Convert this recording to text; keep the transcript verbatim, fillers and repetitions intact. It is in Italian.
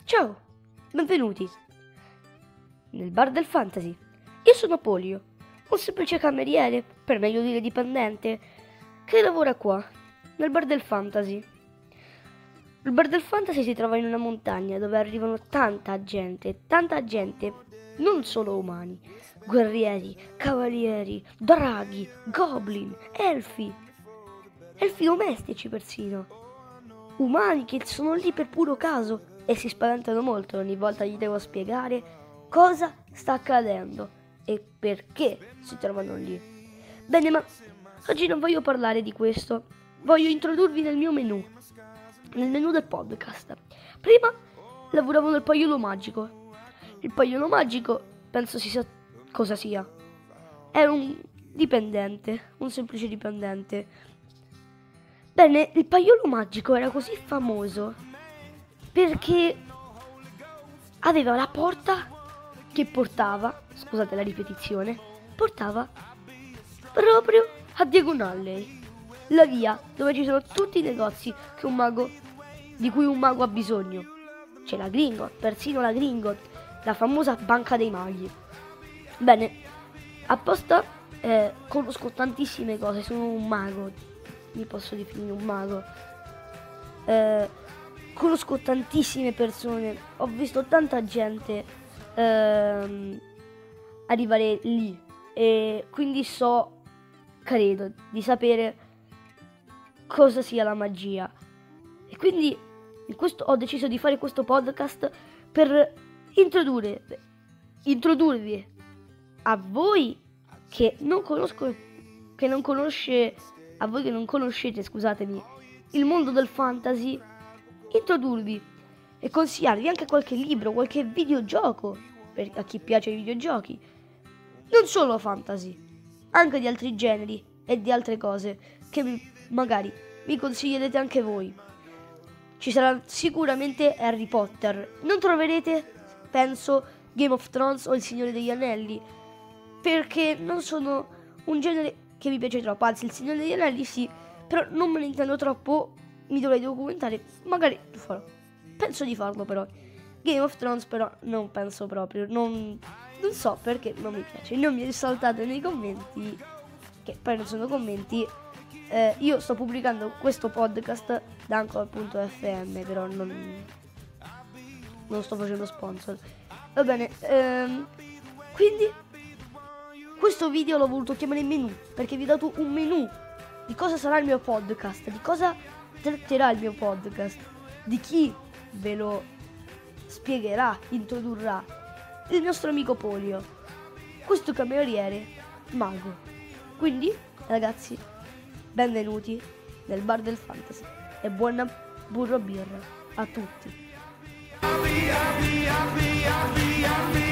Ciao, benvenuti nel bar del fantasy. Io sono Polio, un semplice cameriere, per meglio dire dipendente, che lavora qua, nel bar del fantasy. Il bar del fantasy si trova in una montagna dove arrivano tanta gente, tanta gente, non solo umani, guerrieri, cavalieri, draghi, goblin, elfi, elfi domestici persino, umani che sono lì per puro caso e si spaventano molto ogni volta gli devo spiegare cosa sta accadendo e perché si trovano lì. Bene, ma oggi non voglio parlare di questo, voglio introdurvi nel mio menù, nel menù del podcast. Prima lavoravo nel paiolo magico. Il paiolo magico penso si sa cosa sia. Era un dipendente, un semplice dipendente. Bene, il paiolo magico era così famoso perché aveva la porta che portava, scusate la ripetizione, portava proprio a Diagon Alley, la via dove ci sono tutti i negozi che un mago, di cui un mago ha bisogno. C'è la Gringot, persino la Gringot, la famosa banca dei maghi. Bene, apposta eh, conosco tantissime cose, sono un mago, mi posso definire un mago. Eh, conosco tantissime persone, ho visto tanta gente ehm, arrivare lì e quindi so, credo, di sapere cosa sia la magia. E quindi in questo, ho deciso di fare questo podcast per introdurre, introdurvi a voi che non conosco, che non conosce, a voi che non conoscete, scusatemi, il mondo del fantasy, introdurvi e consigliarvi anche qualche libro, qualche videogioco per a chi piace i videogiochi, non solo fantasy, anche di altri generi e di altre cose che mi, magari mi consiglierete anche voi. Ci sarà sicuramente Harry Potter, non troverete, penso, Game of Thrones o Il Signore degli Anelli, perché non sono un genere che mi piace troppo, anzi Il Signore degli Anelli sì, però non me ne intendo troppo, mi dovrei documentare, magari lo farò, penso di farlo però. Game of Thrones però non penso proprio, non, non so perché non mi piace, non mi risaltate nei commenti, che poi non sono commenti. Eh, io sto pubblicando questo podcast da Anchor punto effe emme, però non, non sto facendo sponsor. Va bene, ehm, quindi questo video l'ho voluto chiamare menù, perché vi ho dato un menù di cosa sarà il mio podcast, di cosa tratterà il mio podcast, di chi ve lo spiegherà, introdurrà il nostro amico Polio, questo cameriere mago. Quindi, ragazzi, benvenuti nel bar del fantasy e buona burro birra a tutti.